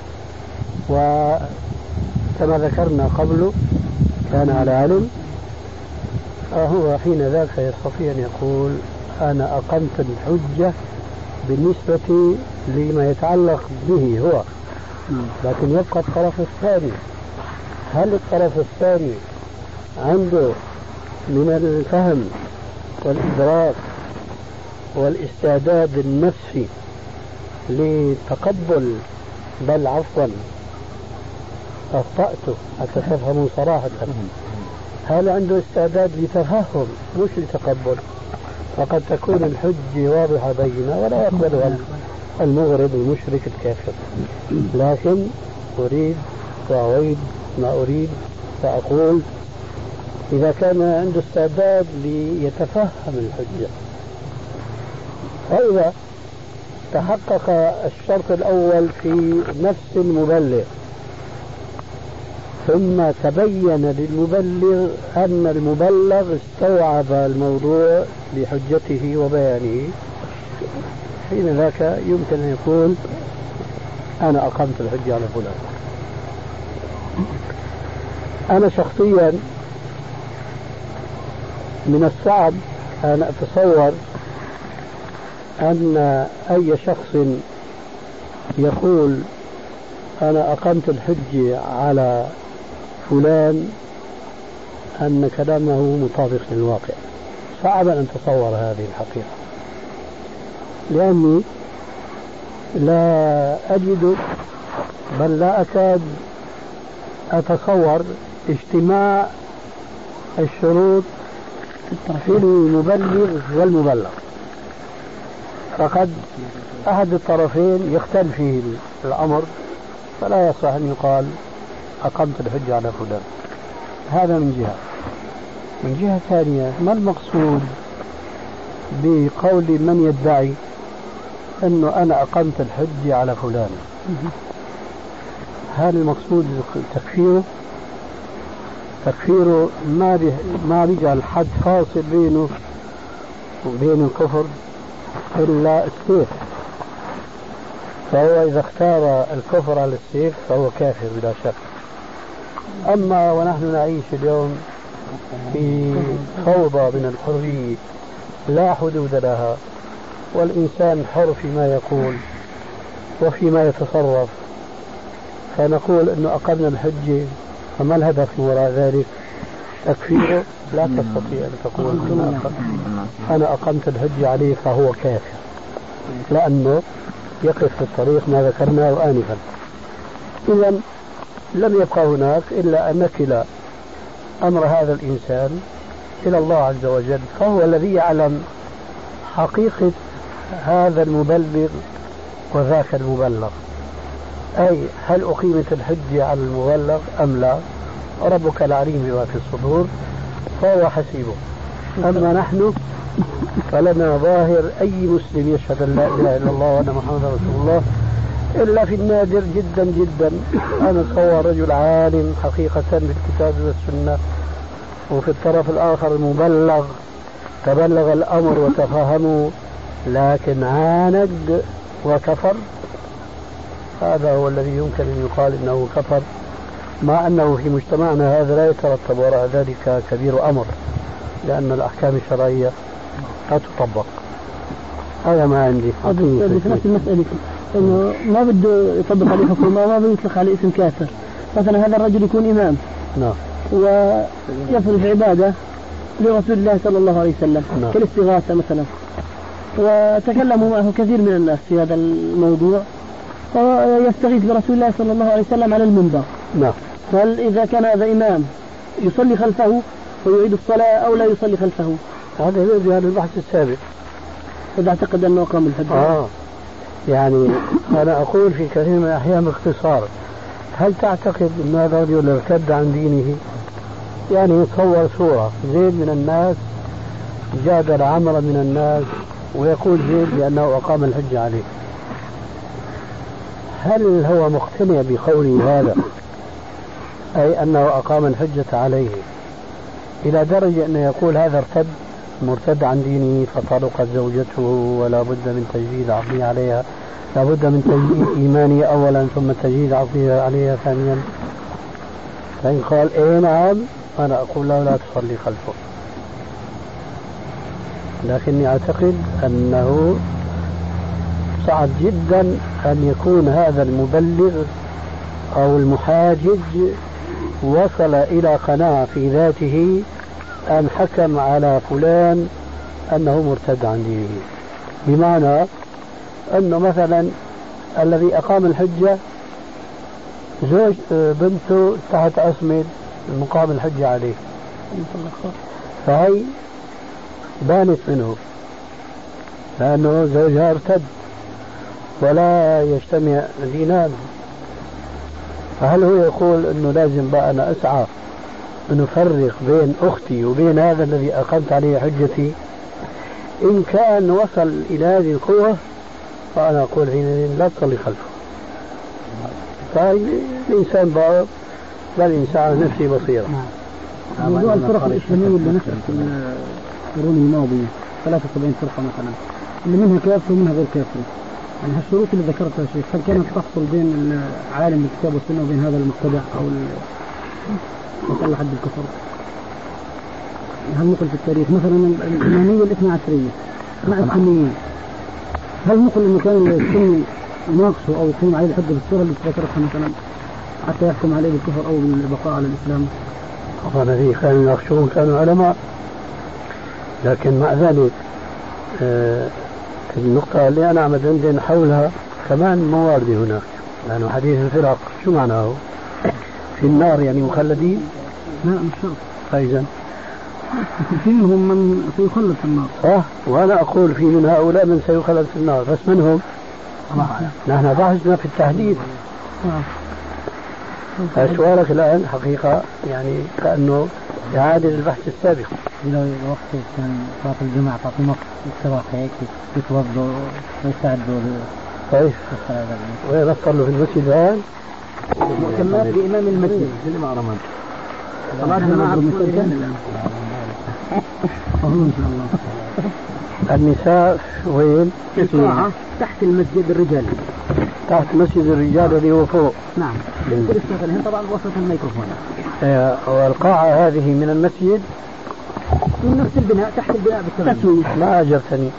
وكما ذكرنا قبله كان على علم، فهو حين ذاك يستطيع أن يقول: أنا أقمت الحجة بالنسبة لما يتعلق به هو، لكن يبقى الطرف الثاني. هل الطرف الثاني عنده من الفهم والإدراك والاستعداد النفسي لتقبل، بل عفوا أخطأت حتى تفهموا صراحة، هل عنده استعداد لتفهم مش لتقبل؟ فقد تكون الحجة واضحة بينة ولا يقبلها المغرب المشرك الكافر، لكن أريد وأعيد ما أريد فأقول: إذا كان عنده استعداد ليتفهم الحجة، فإذا تحقق الشرط الأول في نفس المبلغ ثم تبين للمبلغ أن المبلغ استوعب الموضوع بحجته وبيانه، حين ذاك يمكن أن يقول: أنا أقمت الحجة على فلان. أنا شخصيا من الصعب أن أتصور أن أي شخص يقول: أنا أقمت الحجة على فلان، أن كلامه مطابق للواقع. صعب أن أتصور هذه الحقيقة، لأني لا أجد بل لا أكاد أتصور اجتماع الشروط في المبلغ والمبلغ، فقد أحد الطرفين يختل فيه الأمر، فلا يصح أن يقال أقمت الحجة على فلان. هذا من جهة. من جهة ثانية، ما المقصود بقول من يدعي أنه أنا أقمت الحجة على فلان؟ هل المقصود تكفيره؟ تكفيره ما ما بيجعل حد فاصل بينه وبين الكفر إلا السيف، فهو إذا اختار الكفر على السيف فهو كافر بلا شك. أما ونحن نعيش اليوم في فوضى من الحرية لا حدود لها، والإنسان حر فيما يقول وفيما يتصرف، فنقول أنه أقمنا الحجة، فما الهدف من وراء ذلك؟ تكفيره؟ لا تستطيع أن تقول أنا أقمت الحجة عليه فهو كافر، لأنه يقف في الطريق ما ذكرناه آنفا. إذا لم يبقى هناك إلا أن نكل أمر هذا الإنسان إلى الله عز وجل، فهو الذي يعلم حقيقة هذا المبلغ وذاك المبلغ، أي هل أقيمت الحجة على المبلغ أم لا؟ ربك العليم بما في الصدور، فهو حسيبه. أما نحن فلنا ظاهر أي مسلم يشهد أن لا إله إلا الله وأن محمدا رسول الله، إلا في النادر جدا جدا أنا أتصور رجل عالم حقيقة بالكتاب والسنة، وفي الطرف الآخر مبلغ تبلغ الأمر وتفهموا لكن عاند وكفر، هذا هو الذي يمكن أن يقال إنه كفر، مع أنه في مجتمعنا هذا لا يترتب وراء ذلك كبير أمر، لأن الأحكام الشرعية لا تطبق. هذا ما عندي. في نفس المسألة إنه ما بده يطبق عليه حكومة وما بده يطلق عليه اسم كافر. مثلا هذا الرجل يكون إمام نعم ويصرف عبادة لرسول الله صلى الله عليه وسلم نعم. كالاستغاثة مثلا، وتكلموا معه كثير من الناس في هذا الموضوع، ويستغيث برسول الله صلى الله عليه وسلم على المنبر. نعم. هل إذا كان هذا إمام يصلي خلفه ويعيد الصلاة أو لا يصلي خلفه؟ هذا يرجع للبحث السابق. إذا اعتقد أنه أقام الحج. آه يعني أنا أقول في كثير من الأحيان باختصار، هل تعتقد أن هذا الرجل ارتد عن دينه؟ يعني يتصور صورة زيد من الناس جادل عمرا من الناس ويقول زيد بأنه أقام الحج عليه، هل هو مقتنع بقوله هذا أي أنه أقام الحجة عليه إلى درجة أنه يقول هذا ارتد مرتد عن دينه فطلقت زوجته ولا بد من تجديد عقله عليها، لا بد من تجديد إيمانه أولا ثم تجديد عقله عليها ثانيا؟ فإن قال إيه نعم أنا أقول له لا تصلي خلفه، لكني أعتقد أنه صعب جدا أن يكون هذا المبلغ أو المحاجج وصل إلى قناعة في ذاته أن حكم على فلان أنه مرتد عن دينه، بمعنى أنه مثلا الذي أقام الحجة زوج بنته تحت عصمة مقام الحجة عليه، فهي بانت منه لأنه زوجها ارتد ولا يجتمع دينان، فهل هو يقول أنه لازم بقى أنا أسعى أن أفرق بين أختي وبين هذا الذي أقمت عليه حجتي؟ إن كان وصل إلى هذه القوة فأنا أقول حينئذ لا تصلي خلفه. فالإنسان بقى لا الإنسان على نفسه بصيرة. موضوع الفرق الإسلامية اللي نشأت في القرون الماضية ثلاثة وسبعين فرقة مثلا، اللي منها كافر ومنها غير كافر، يعني هالشروط اللي ذكرتها يا شيخ هل كانت تحصل بين عالم الكتاب والسنة وبين هذا المبتدع أو وصل لحد الكفر؟ هل نقل في التاريخ مثلا الإمامية الاثنى عشرية مع السنيين، هل نقل إنه كان السني يناقشه أو يقيم عليه الحجة بالصورة اللي ذكرتها مثلا حتى يحكم عليه بالكفر أو بالبقاء على الإسلام؟ طبعا الذي كانوا يناقشون كانوا علماء، لكن مع ذلك آه النقطة اللي أنا عمد عندنا حولها كمان موارد هناك، لأنه يعني حديث الفرق شو معناه؟ في النار يعني مخلدين؟ لا مش شرط. فإذا في منهم من سيخلد في النار. صح، وأنا أقول في من هؤلاء من سيخلد في النار، بس منهم نحن بحثنا في التحديد. سؤالك الآن حقيقة يعني كأنه إعادة البحث السابق. لو وقت كان صلاة الجمعة تعطي وقت استراحة هيك يتوضوا ويستعدوا. طيب وين صلوا في المسجد الآن؟ مؤتمات بإمام المسجد اللي مع رمضان. صلاة الجمعة بالمسجد الآن. إن شاء الله. النساء وين؟ القاعة تحت المسجد الرجال، تحت مسجد الرجال اللي هو فوق. نعم. كل السفلين طبعا وسط الميكروفون. آه والقاعة هذه من المسجد؟ من نفس البناء، تحت البناء بالتسوية. ما أجبتني،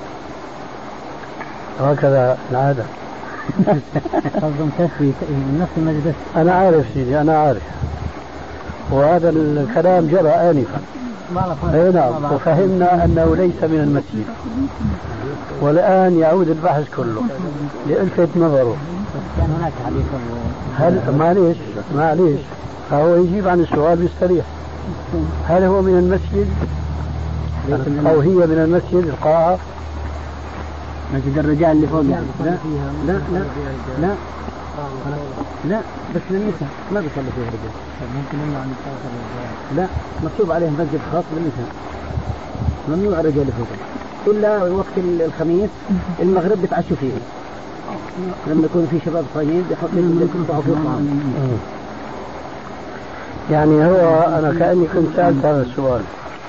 هكذا العادة. قصدهم تسوية من نفس المسجد. أنا عارف سيدي، أنا عارف، وهذا الكلام جرى آنفا. اي نعم، وفهمنا أنه ليس من المسجد، والآن يعود البحث كله لألفت نظره. كان هناك حديث هل معليش معليش فهو يجيب عن السؤال بيستريح. هل هو من المسجد أو هي من المسجد القاعة؟ مسجد الرجال اللي فوق يعني. لا لا لا لا لا بس للنساء ما بيصلي فيه الرجال. ممكن إنه عن الرجال. لا، مكتوب عليه مسجد خاص بالنساء، ممنوع الرجال فوق إلا وقت الخميس المغرب بتعشوا فيه، لما يكون في شباب صايمين بيحط يقطعوا فيه الطعام. يعني هو أنا كأني كنت سألت هذا السؤال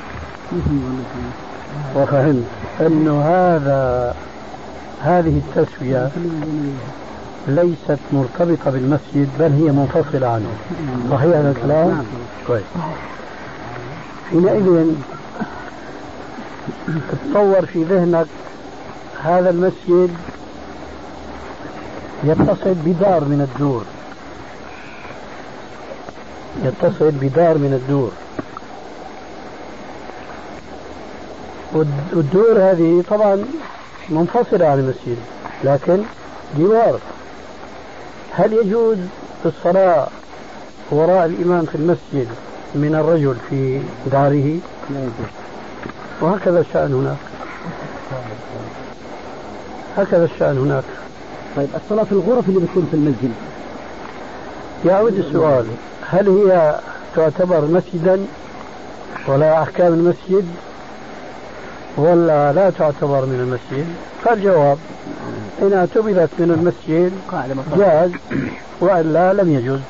وفهمت أنه هذا هذه التسوية ليست مرتبطة بالمسجد بل هي منفصلة عنه. صحيح هذا الكلام؟ كويس. حينئذ تتصور في ذهنك هذا المسجد يتصل بدار من الدور، يتصل بدار من الدور، والدور هذه طبعا منفصلة عن المسجد لكن جوار. هل يجوز الصلاة وراء الإمام في المسجد من الرجل في داره؟ وهكذا الشأن هناك، هكذا الشأن هناك. طيب الصلاة في الغرف اللي بتكون في المسجد، يعود السؤال هل هي تعتبر مسجدا ولا أحكام المسجد ولا لا تعتبر من المسجد؟ فالجواب إن اعتبرت من المسجد جاز وإلا لم يجوز.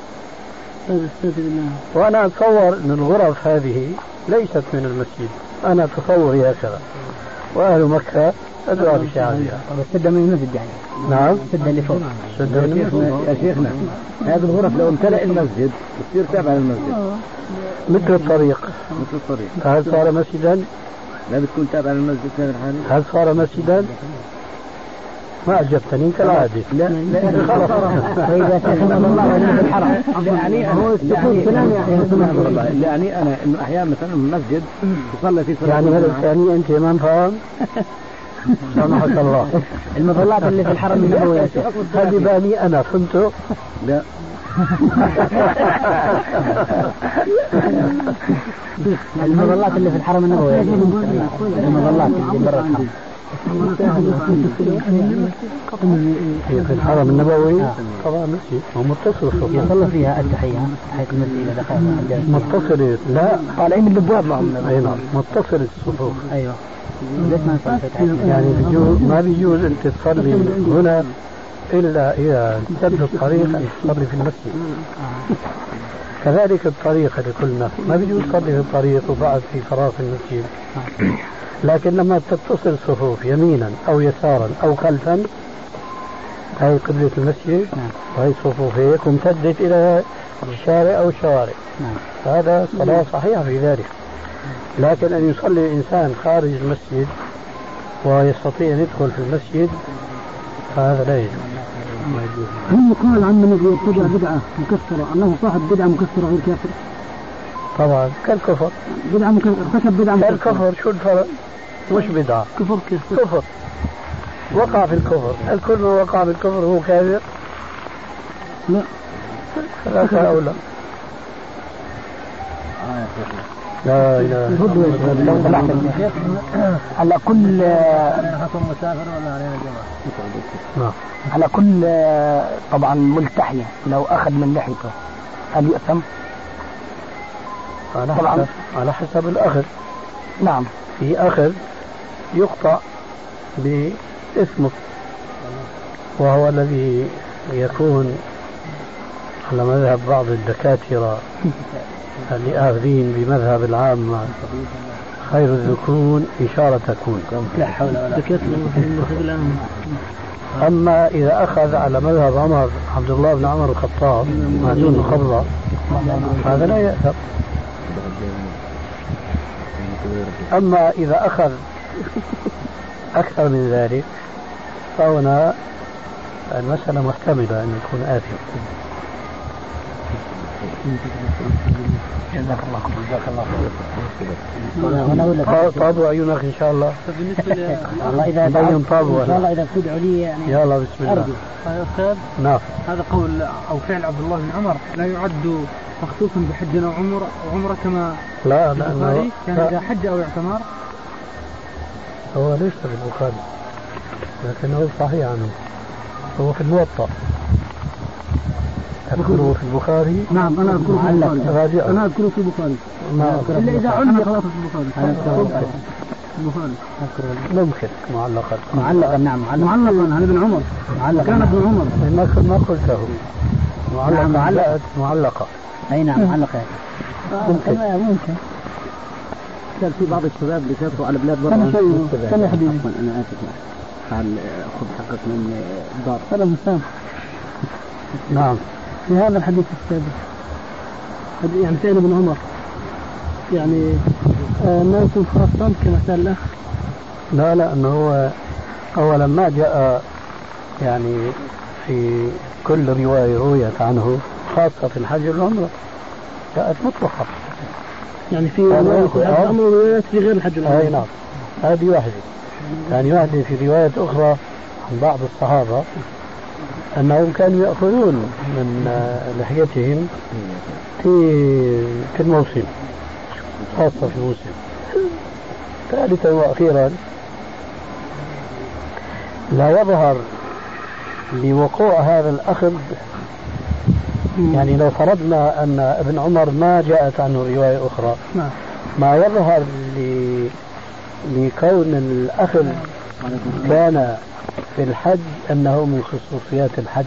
وأنا أتصور أن الغرف هذه ليست من المسجد، أنا تصوري هكذا، وأهل مكة أدرى بشعبها. السدة من المسجد يعني. نعم، السدة اللي فوق. السدة من المسجد يا شيخنا، هذه الغرف لو امتلأ المسجد تصير تابعة للمسجد مثل الطريق. مثل الطريق. هل صار مسجدا؟ لا بتكون تابعة للمسجد في الحالة. هل صار مسجدا؟ ما أجبتني كالعادة. لا لا خلاص. فإذا سمع الله في الحرم يعني هو السكون كلام يعني يعني أنا إنه أحيانا مثلا مسجد يصلي في صلاة يعني هذا الثاني أنت ما فاهم؟ سامحك الله. المظلات اللي في الحرم النبوي هذه بالي أنا فهمته. لا المظلات اللي في الحرم النبوي، المظلات اللي برا الحرم هي في الحرم النبوي طبعا مسجد ومتصل يصلى فيها التحية حيث المسجد إذا دخل متصل. لا طالعين من الابواب معهم. اي نعم متصل الصفوف. ايوه ليش ما نصلي يعني بيجوز ما بيجوز انت تصلي هنا الا اذا امتد الطريق ان تصلي في المسجد. كذلك الطريق اللي قلنا ما بيجوز تصلي في الطريق وبعد في فراغ المسجد. لكن لما تتصل صفوف يمينا او يسارا او خلفا، هاي قبلة المسجد وهي صفوف هيك وامتدت الى الشارع او الشوارع، هذا صلاة صحيحة في ذلك. لكن ان يصلي الانسان خارج المسجد ويستطيع ان يدخل في المسجد هذا لا يجوز. هل يقال عن من يتبع بدعة مكفرة أنه صاحب بدعة مكفرة غير كافر؟ طبعا كالكفر. بدعة مكفرة، ارتكب بدعة مكفرة. كالكفر شو الفرق؟ مش بدعة، كفر كيف؟ كفر، وقع في الكفر. الكل ما وقع في الكفر هو كافر؟ لا ثلاثة أو لا. لا إله لو سمحت على كل على كل طبعا ملتحية لو أخذ من لحيته هل يأثم؟ على حسب على حسب الأخذ. نعم، في أخذ يقطع باسمه وهو الذي يكون على مذهب بعض الدكاترة اللي آخذين بمذهب العامة خير الذكون إشارة تكون. لا حول ولا قوة. أما إذا أخذ على مذهب عمر عبد الله بن عمر الخطاب ما دون خبرة هذا لا يأثر. أما إذا أخذ أكثر من ذلك فهنا المسألة محتملة أن يكون آثم. جزاك الله خير. جزاك الله خير. طابوا عيونك إن شاء الله. بالنسبة الله إذا بين طابوا. إن شاء الله إذا تدعوا لي يعني. يلا بسم الله. يا أستاذ. نعم. هذا قول أو فعل عبد الله بن عمر لا يعد مخصوصا بحج أو عمرة وعمرة كما. لا لا كان إذا حج أو اعتمر. هو ليس في البخاري لكنه صحيح عنه. هو في الموطأ. أذكره في البخاري. نعم أنا أذكره في البخاري. أنا أذكره في البخاري. ما إلا إذا علق خلاص في البخاري. البخاري. ممكن معلقا. معلقا نعم معلقا عن ابن عمر. معلقا كان ابن عمر. ما ما قلته. معلقا معلقة معلقة. أي نعم معلقة. ممكن ممكن. كان في بعض الشباب اللي سافروا على بلاد برا. كم يا حبيبي؟ أنا آسف قال خذ حقك من الدار. أنا مسام. نعم. في هذا الحديث السابق يعني سائل ابن عمر يعني آه ما يكون خاصا كما سأل الأخ. لا لا أنه هو أولا ما جاء يعني في كل رواية رويت عنه خاصة في الحج والعمرة جاءت مطلقة يعني في روايات في غير الحج والعمرة. أي نعم هذه واحدة. يعني واحدة في رواية أخرى عن بعض الصحابة أنهم كانوا يأخذون من لحيتهم في في الموسم خاصة في الموسم. ثالثا وأخيرا لا يظهر لوقوع هذا الأخذ يعني لو فرضنا أن ابن عمر ما جاءت عنه رواية أخرى ما يظهر لكون الأخذ كان في الحج أنه من خصوصيات الحج.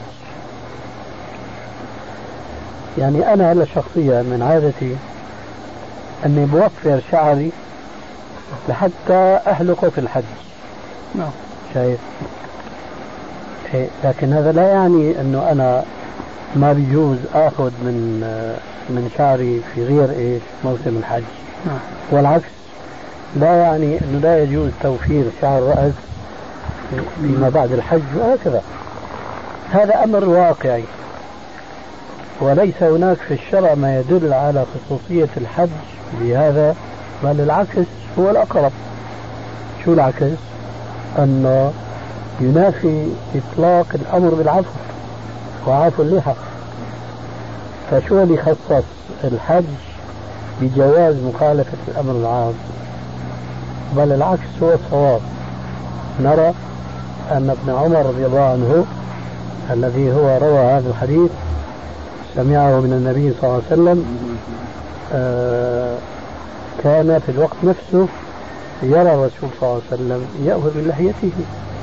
يعني أنا هلا شخصيا من عادتي أني بوفر شعري لحتى أحلقه في الحج. نعم. شايف؟ إيه لكن هذا لا يعني أنه أنا ما بيجوز آخذ من من شعري في غير إيش موسم الحج. نعم. والعكس لا يعني أنه لا يجوز توفير شعر الرأس فيما بعد الحج وهكذا. هذا أمر واقعي وليس هناك في الشرع ما يدل على خصوصية الحج بهذا بل العكس هو الأقرب. شو العكس؟ أنه ينافي إطلاق الأمر بالعفو وعفو اللحى. فشو اللي خصص الحج بجواز مخالفة الأمر العام؟ بل العكس هو الصواب. نرى أن ابن عمر رضي الله عنه الذي هو روى هذا الحديث سمعه من النبي صلى الله عليه وسلم آه كان في الوقت نفسه يرى الرسول صلى الله عليه وسلم يأخذ من لحيته.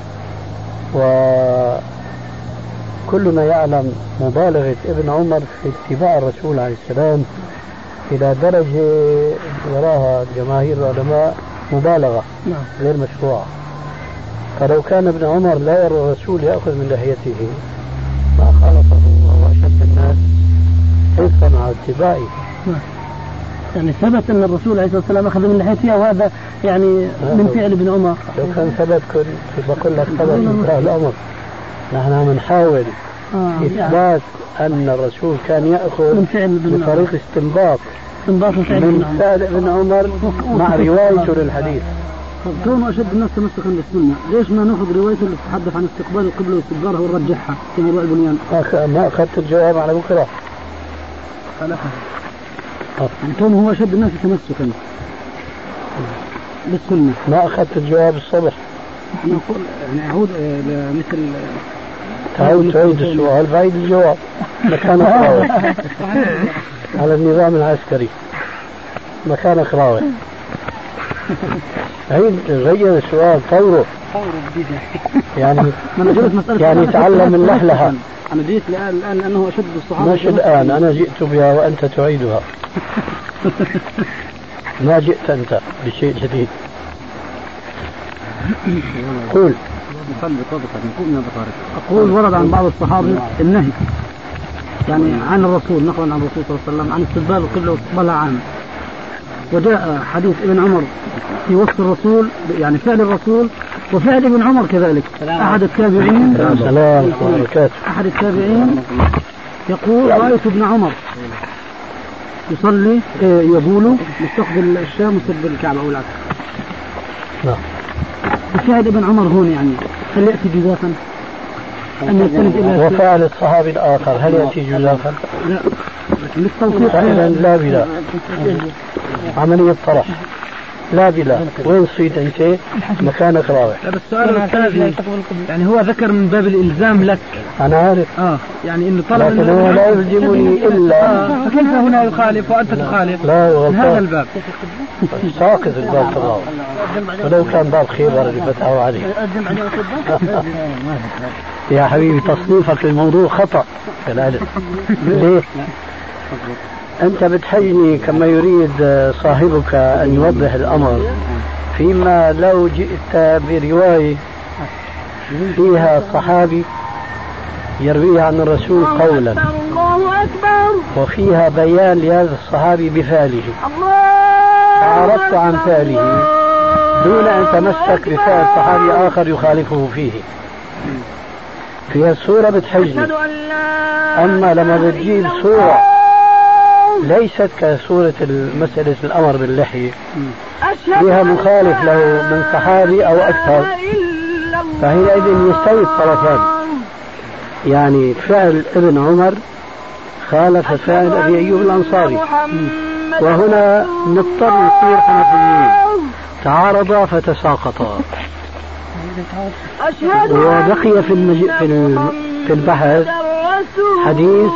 وكلنا يعلم مبالغة ابن عمر في اتباع الرسول عليه السلام إلى درجة يراها جماهير العلماء مبالغة غير مشروعة. فلو كان ابن عمر لا يرى الرسول يأخذ من لحيته ما خالفه وهو أشد الناس حرصا على اتباعه. يعني ثبت أن الرسول عليه الصلاة والسلام أخذ من لحيته وهذا يعني من فعل ابن عمر. لو كان ثبت كنت بقول لك ثبت من فعل الأمر. نحن بنحاول آه إثبات يعني أن الرسول كان يأخذ من فعل ابن بطريق استنباط من فعل ابن عمر مع روايته للحديث. كونه أشد الناس تمسكا بالسنة ليش ما نأخذ روايته اللي تتحدث عن استقبال القبلة واستدبارها ونرجحها في موضوع البنيان؟ ما أخذت الجواب على بكرة. خلافها. يعني كونه هو أشد الناس تمسكا بالسنة. ما أخذت الجواب الصبح. نقول يعني أعود مثل تعود تعيد السؤال بعيد الجواب مكان خراوي على النظام العسكري مكان خراوي. عيد غير السؤال طوره يعني يعني تعلم اللحلحة. أنا جيت الآن لأنه أشد الصحابة. مش الآن أنا جئت بها وأنت تعيدها. ما جئت أنت بشيء جديد. قول. أقول ورد عن بعض الصحابة النهي يعني عن الرسول، نقلا عن الرسول صلى الله عليه وسلم، عن استقبال القبلة واستقبالها عام. وجاء حديث ابن عمر في وصف الرسول يعني فعل الرسول وفعل ابن عمر كذلك. أحد التابعين أحد التابعين يقول رأيت ابن عمر يصلي يقول مستقبل الشام مستقبل الكعبة أو العكس. بفعل ابن عمر هون يعني هل يأتي جزافا أن يستند إلى وفعل الصحابي الآخر هل يأتي جزافا؟ لا لكن للتوثيق لا بلا عملية طرح لا بلا. وين صيد أنت مكانك راوح. لا بس السؤال الثاني يعني هو ذكر من باب الإلزام لك. أنا عارف آه يعني إنه طلب لكن هو لا يلزمني إلا آه. فكيف هنا يخالف وأنت تخالف؟ لا غلطان هذا الباب ساقط الباب تبعه ولو كان باب خيبر اللي فتحه عليه. يا حبيبي تصنيفك للموضوع خطأ كالعلم. ليه؟ أنت بتحجني كما يريد صاحبك أن يوضح الأمر، فيما لو جئت برواية فيها صحابي يرويها عن الرسول قولا وفيها بيان لهذا الصحابي بفعله، فعرفت عن فعله دون أن تمسك بفعل صحابي آخر يخالفه فيه، في الصورة بتحجني. أما لما بتجيب صورة ليست كصورة المسألة الأمر باللحية فيها مخالف له من صحابي أو أكثر، فحينئذ يستوي الطرفان. يعني فعل ابن عمر خالف فعل أبي أيوب الأنصاري، وهنا نضطر نصير حنفيين، تعارضا فتساقطا. وبقي في المج... في, في البحث حديث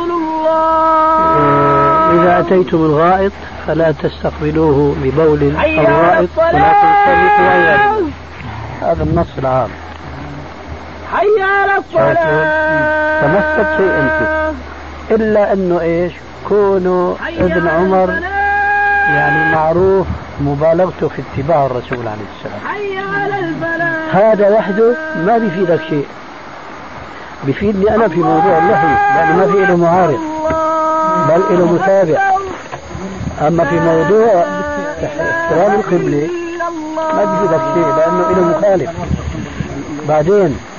إذا أتيتم الغائط فلا تستقبلوه ببول أو غائط ولكن تستقبلوا غيره. هذا النص العام. حي على الصلاة. تمسك شيء أنت إلا أنه إيش كونه ابن عمر يعني معروف مبالغته في اتباع الرسول عليه السلام. حي على الفلاح. هذا وحده ما بيفيدك شيء، بيفيدني أنا في موضوع اللحية لأنه ما في له معارض بل له متابع. أما في موضوع احترام القبلة ما بيفيدك شيء لأنه له مخالف. بعدين